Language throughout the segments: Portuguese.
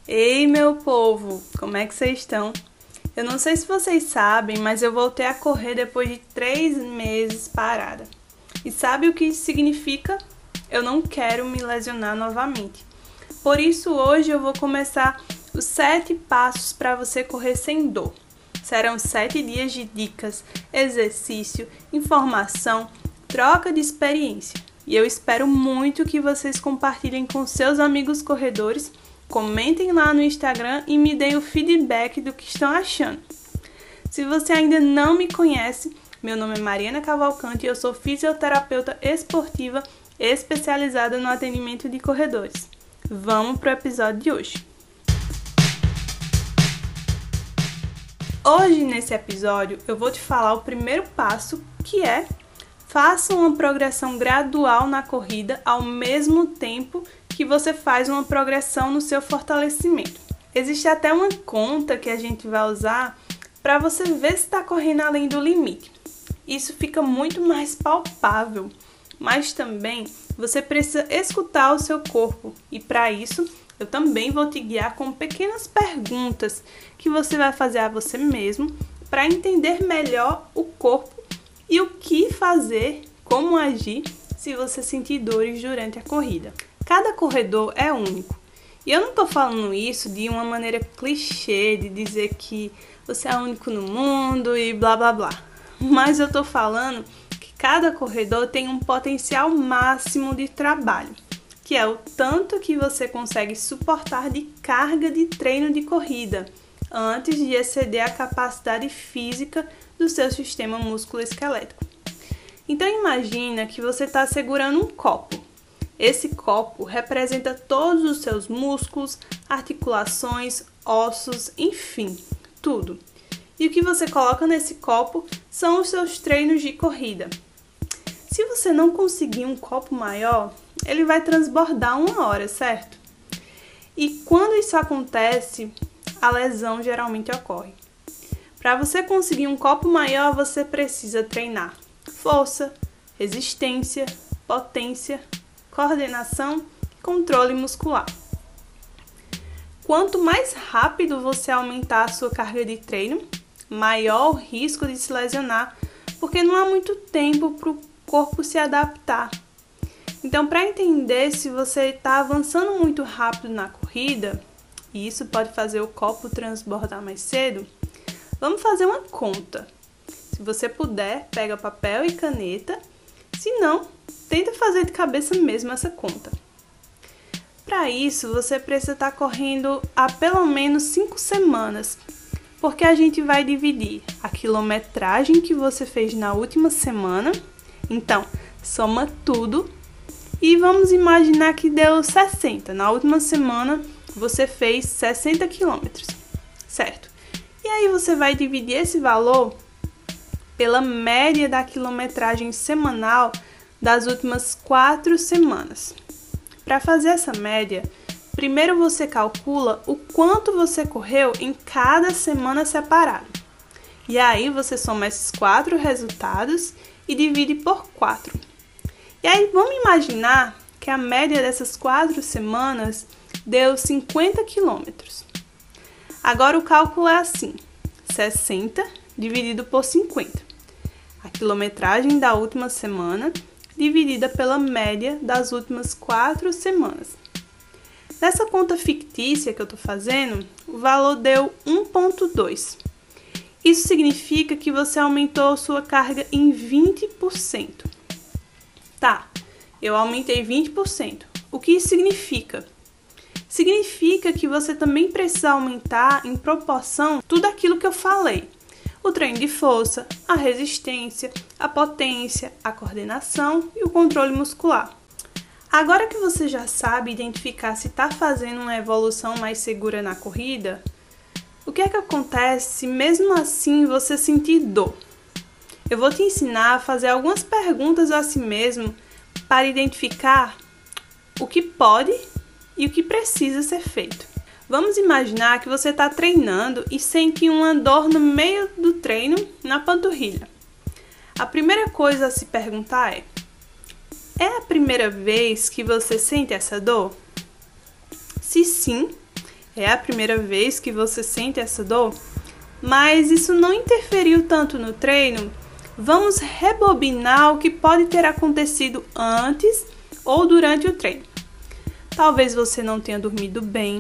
Ei, meu povo, como é que vocês estão? Eu não sei se vocês sabem, mas eu voltei a correr depois de 3 meses parada. E sabe o que isso significa? Eu não quero me lesionar novamente. Por isso, hoje eu vou começar os 7 passos para você correr sem dor. Serão 7 dias de dicas, exercício, informação, troca de experiência. E eu espero muito que vocês compartilhem com seus amigos corredores. Comentem lá no Instagram e me deem o feedback do que estão achando. Se você ainda não me conhece, meu nome é Mariana Cavalcante e eu sou fisioterapeuta esportiva especializada no atendimento de corredores. Vamos para o episódio de hoje. Hoje, nesse episódio, eu vou te falar o primeiro passo, que é: faça uma progressão gradual na corrida ao mesmo tempo que você faz uma progressão no seu fortalecimento. Existe até uma conta que a gente vai usar para você ver se está correndo além do limite. Isso fica muito mais palpável, mas também você precisa escutar o seu corpo e para isso eu também vou te guiar com pequenas perguntas que você vai fazer a você mesmo para entender melhor o corpo e o que fazer, como agir se você sentir dores durante a corrida. Cada corredor é único. E eu não estou falando isso de uma maneira clichê, de dizer que você é único no mundo e blá blá blá. Mas eu estou falando que cada corredor tem um potencial máximo de trabalho, que é o tanto que você consegue suportar de carga de treino de corrida, antes de exceder a capacidade física do seu sistema músculo-esquelético. Então imagina que você está segurando um copo. Esse copo representa todos os seus músculos, articulações, ossos, enfim, tudo. E o que você coloca nesse copo são os seus treinos de corrida. Se você não conseguir um copo maior, ele vai transbordar uma hora, certo? E quando isso acontece, a lesão geralmente ocorre. Para você conseguir um copo maior, você precisa treinar força, resistência, potência, coordenação e controle muscular. Quanto mais rápido você aumentar a sua carga de treino, maior o risco de se lesionar, porque não há muito tempo para o corpo se adaptar. Então, para entender se você está avançando muito rápido na corrida, e isso pode fazer o copo transbordar mais cedo, vamos fazer uma conta. Se você puder, pega papel e caneta. Se não, tenta fazer de cabeça mesmo essa conta. Para isso, você precisa estar correndo há pelo menos 5 semanas, porque a gente vai dividir a quilometragem que você fez na última semana. Então, soma tudo e vamos imaginar que deu 60. Na última semana, você fez 60 quilômetros, certo? E aí você vai dividir esse valor pela média da quilometragem semanal das últimas 4 semanas. Para fazer essa média, primeiro você calcula o quanto você correu em cada semana separada. E aí você soma esses 4 resultados e divide por 4. E aí vamos imaginar que a média dessas 4 semanas deu 50 quilômetros. Agora o cálculo é assim: 60 dividido por 50. A quilometragem da última semana dividida pela média das últimas 4 semanas. Nessa conta fictícia que eu estou fazendo, o valor deu 1,2. Isso significa que você aumentou sua carga em 20%. Tá, eu aumentei 20%. O que isso significa? Significa que você também precisa aumentar em proporção tudo aquilo que eu falei. O treino de força, a resistência, a potência, a coordenação e o controle muscular. Agora que você já sabe identificar se está fazendo uma evolução mais segura na corrida, o que é que acontece se mesmo assim você sentir dor? Eu vou te ensinar a fazer algumas perguntas a si mesmo para identificar o que pode e o que precisa ser feito. Vamos imaginar que você está treinando e sente uma dor no meio do treino na panturrilha. A primeira coisa a se perguntar é a primeira vez que você sente essa dor? Se sim, É a primeira vez que você sente essa dor, mas isso não interferiu tanto no treino. Vamos rebobinar o que pode ter acontecido antes ou durante o treino. Talvez você não tenha dormido bem,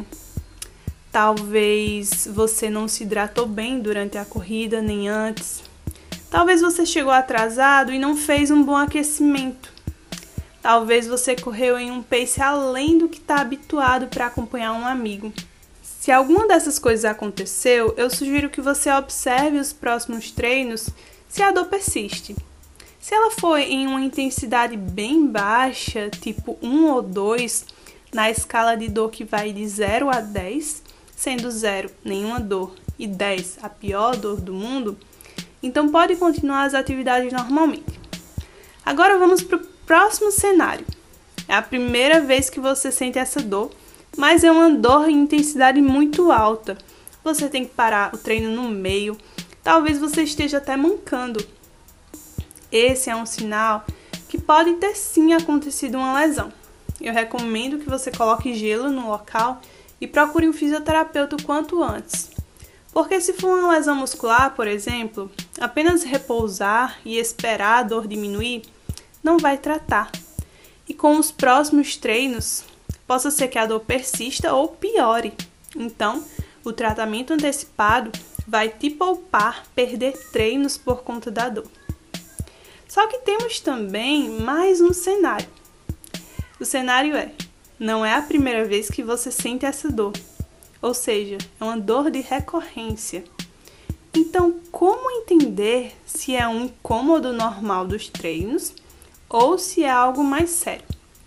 talvez você não se hidratou bem durante a corrida, nem antes. Talvez você chegou atrasado e não fez um bom aquecimento. Talvez você correu em um pace além do que está habituado para acompanhar um amigo. Se alguma dessas coisas aconteceu, eu sugiro que você observe os próximos treinos se a dor persiste. Se ela for em uma intensidade bem baixa, tipo 1 ou 2, na escala de dor que vai de 0 a 10, sendo 0 nenhuma dor e 10 a pior dor do mundo, então pode continuar as atividades normalmente. Agora vamos para o próximo cenário. É a primeira vez que você sente essa dor, mas é uma dor em intensidade muito alta. Você tem que parar o treino no meio, talvez você esteja até mancando. Esse é um sinal que pode ter sim acontecido uma lesão. Eu recomendo que você coloque gelo no local e procure um fisioterapeuta o quanto antes. Porque se for uma lesão muscular, por exemplo, apenas repousar e esperar a dor diminuir não vai tratar. E com os próximos treinos, possa ser que a dor persista ou piore. Então, o tratamento antecipado vai te poupar perder treinos por conta da dor. Só que temos também mais um cenário. O cenário não é a primeira vez que você sente essa dor. Ou seja, é uma dor de recorrência. Então, como entender se é um incômodo normal dos treinos ou se é algo mais sério?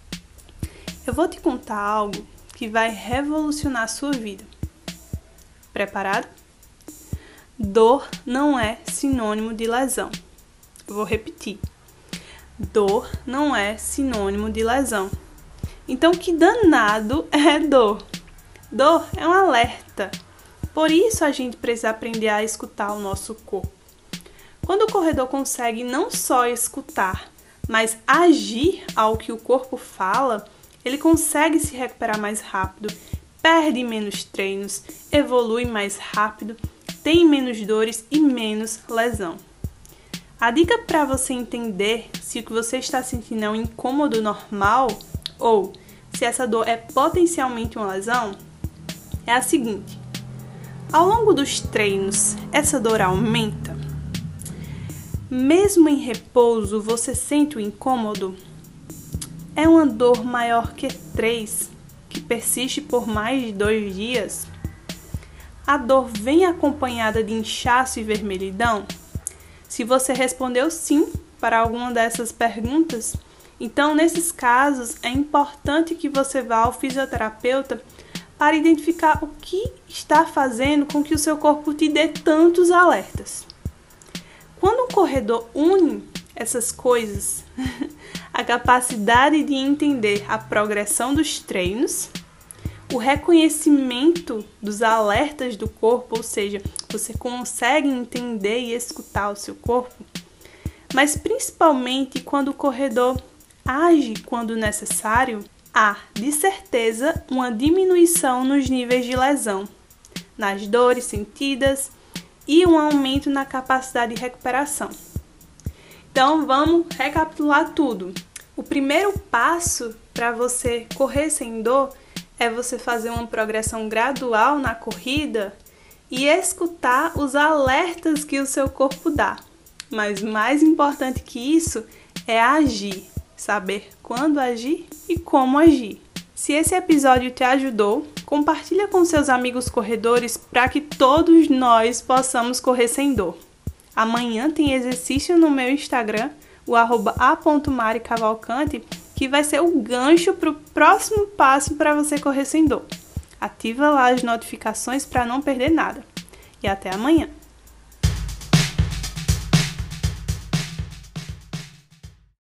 Eu vou te contar algo que vai revolucionar a sua vida. Preparado? Dor não é sinônimo de lesão. Eu vou repetir. Dor não é sinônimo de lesão. Então, que danado é dor? Dor é um alerta. Por isso a gente precisa aprender a escutar o nosso corpo. Quando o corredor consegue não só escutar, mas agir ao que o corpo fala, ele consegue se recuperar mais rápido, perde menos treinos, evolui mais rápido, tem menos dores e menos lesão. A dica para você entender se o que você está sentindo é um incômodo normal ou se essa dor é potencialmente uma lesão é a seguinte: ao longo dos treinos, essa dor aumenta? Mesmo em repouso, você sente o incômodo? É uma dor maior que 3, que persiste por mais de 2 dias? A dor vem acompanhada de inchaço e vermelhidão? Se você respondeu sim para alguma dessas perguntas, então nesses casos é importante que você vá ao fisioterapeuta para identificar o que está fazendo com que o seu corpo te dê tantos alertas. Quando um corredor une essas coisas, a capacidade de entender a progressão dos treinos, o reconhecimento dos alertas do corpo, ou seja, você consegue entender e escutar o seu corpo, mas principalmente quando o corredor age quando necessário, há, de certeza, uma diminuição nos níveis de lesão, nas dores sentidas e um aumento na capacidade de recuperação. Então, vamos recapitular tudo. O primeiro passo para você correr sem dor é você fazer uma progressão gradual na corrida e escutar os alertas que o seu corpo dá. Mas mais importante que isso é agir. Saber quando agir e como agir. Se esse episódio te ajudou, compartilha com seus amigos corredores para que todos nós possamos correr sem dor. Amanhã tem exercício no meu Instagram, o @a.maricavalcante, que vai ser o gancho para o próximo passo para você correr sem dor. Ativa lá as notificações para não perder nada. E até amanhã!